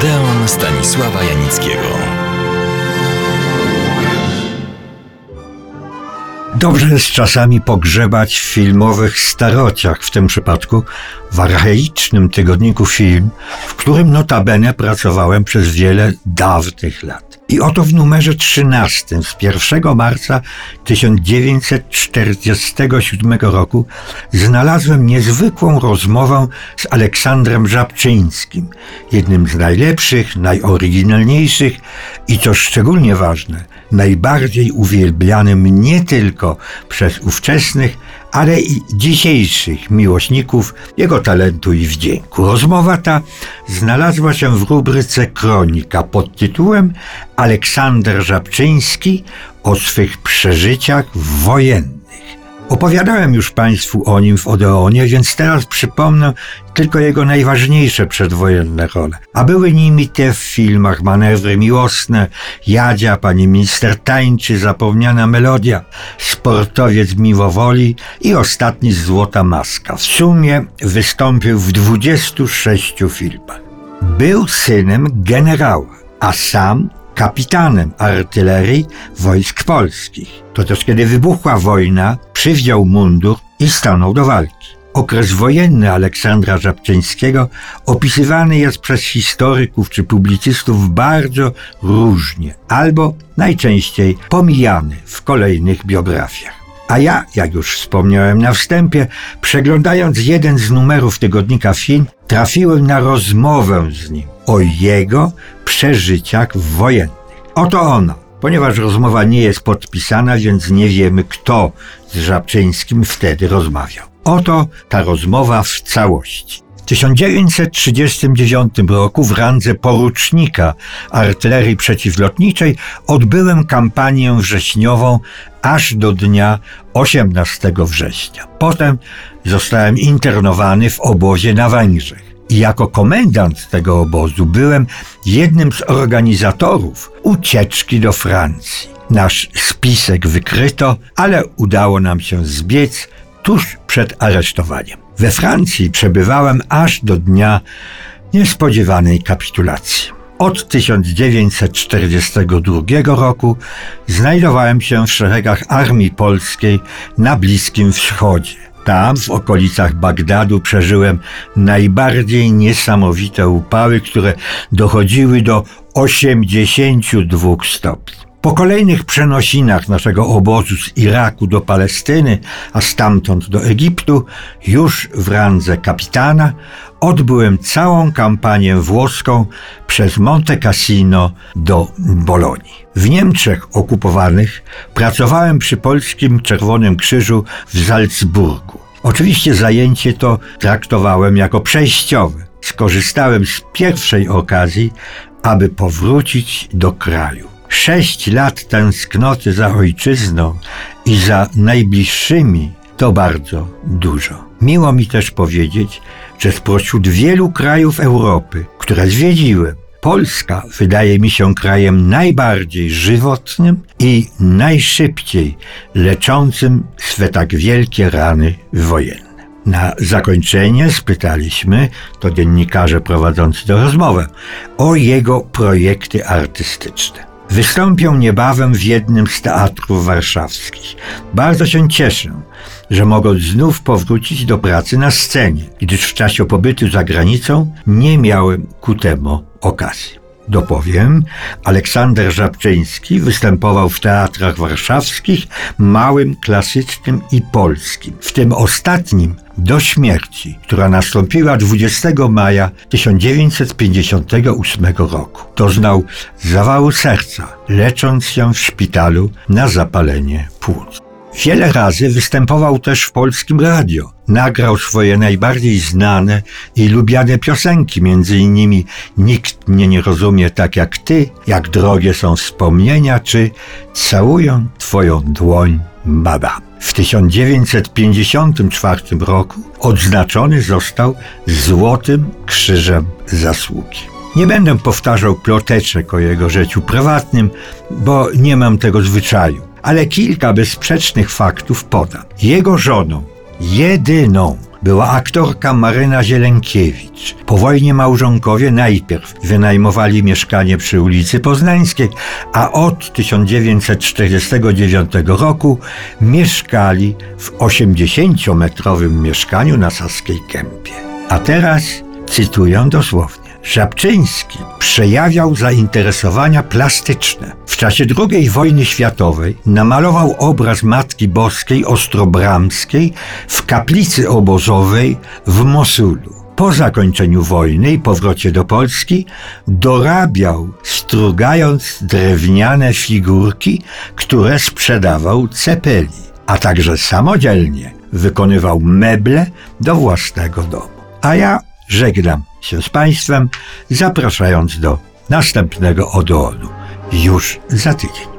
Odeon Stanisława Janickiego. Dobrze jest czasami pogrzebać w filmowych starociach, w tym przypadku w archaicznym tygodniku Film, w którym notabene pracowałem przez wiele dawnych lat. I oto w numerze 13 z 1 marca 1947 roku znalazłem niezwykłą rozmowę z Aleksandrem Żabczyńskim, jednym z najlepszych, najoryginalniejszych i, co szczególnie ważne, najbardziej uwielbianym nie tylko przez ówczesnych, ale i dzisiejszych miłośników jego talentu i wdzięku. Rozmowa ta znalazła się w rubryce Kronika pod tytułem Aleksander Żabczyński o swych przeżyciach wojennych. Opowiadałem już Państwu o nim w Odeonie, więc teraz przypomnę tylko jego najważniejsze przedwojenne role. A były nimi te w filmach Manewry miłosne, Jadzia, Pani minister tańczy, Zapomniana melodia, Sportowiec miłowoli i ostatni Złota maska. W sumie wystąpił w 26 filmach. Był synem generała, a sam kapitanem artylerii wojsk polskich. To też kiedy wybuchła wojna, przywdział mundur i stanął do walki. Okres wojenny Aleksandra Żabczyńskiego opisywany jest przez historyków czy publicystów bardzo różnie, albo najczęściej pomijany w kolejnych biografiach. A ja, jak już wspomniałem na wstępie, przeglądając jeden z numerów tygodnika Film, trafiłem na rozmowę z nim o jego przeżyciach wojennych. Oto ona, ponieważ rozmowa nie jest podpisana, więc nie wiemy, kto z Żabczyńskim wtedy rozmawiał. Oto ta rozmowa w całości. W 1939 roku w randze porucznika artylerii przeciwlotniczej odbyłem kampanię wrześniową aż do dnia 18 września. Potem zostałem internowany w obozie na Węgrzech. I jako komendant tego obozu byłem jednym z organizatorów ucieczki do Francji. Nasz spisek wykryto, ale udało nam się zbiec tuż przed aresztowaniem. We Francji przebywałem aż do dnia niespodziewanej kapitulacji. Od 1942 roku znajdowałem się w szeregach Armii Polskiej na Bliskim Wschodzie. Tam, w okolicach Bagdadu, przeżyłem najbardziej niesamowite upały, które dochodziły do 82 stopni. Po kolejnych przenosinach naszego obozu z Iraku do Palestyny, a stamtąd do Egiptu, już w randze kapitana, odbyłem całą kampanię włoską przez Monte Cassino do Bolonii. W Niemczech okupowanych pracowałem przy Polskim Czerwonym Krzyżu w Salzburgu. Oczywiście zajęcie to traktowałem jako przejściowe. Skorzystałem z pierwszej okazji, aby powrócić do kraju. 6 lat tęsknoty za ojczyzną i za najbliższymi to bardzo dużo. Miło mi też powiedzieć, że spośród wielu krajów Europy, które zwiedziłem, Polska wydaje mi się krajem najbardziej żywotnym i najszybciej leczącym swe tak wielkie rany wojenne. Na zakończenie spytaliśmy, to dziennikarze prowadzący tę rozmowę, o jego projekty artystyczne. Wystąpią niebawem w jednym z teatrów warszawskich. Bardzo się cieszę, że mogę znów powrócić do pracy na scenie, gdyż w czasie pobytu za granicą nie miałem ku temu okazji. Dopowiem, Aleksander Żabczyński występował w teatrach warszawskich, małym, klasycznym i polskim, w tym ostatnim do śmierci, która nastąpiła 20 maja 1958 roku. Doznał zawału serca, lecząc się w szpitalu na zapalenie płuc. Wiele razy występował też w Polskim Radio. Nagrał swoje najbardziej znane i lubiane piosenki, między innymi Nikt mnie nie rozumie tak jak ty, Jak drogie są wspomnienia, czy Całuję twoją dłoń, baba. W 1954 roku odznaczony został Złotym Krzyżem Zasługi. Nie będę powtarzał ploteczek o jego życiu prywatnym, bo nie mam tego zwyczaju. Ale kilka bezsprzecznych faktów podam. Jego żoną, jedyną była aktorka Maryna Zielonkiewicz. Po wojnie małżonkowie najpierw wynajmowali mieszkanie przy ulicy Poznańskiej, a od 1949 roku mieszkali w 80-metrowym mieszkaniu na Saskiej Kępie. A teraz cytuję dosłownie. Żabczyński przejawiał zainteresowania plastyczne. W czasie II wojny światowej namalował obraz Matki Boskiej Ostrobramskiej w kaplicy obozowej w Mosulu. Po zakończeniu wojny i powrocie do Polski dorabiał, strugając drewniane figurki, które sprzedawał Cepeli, a także samodzielnie wykonywał meble do własnego domu. A ja żegnam się z Państwem, zapraszając do następnego Odeonu już za tydzień.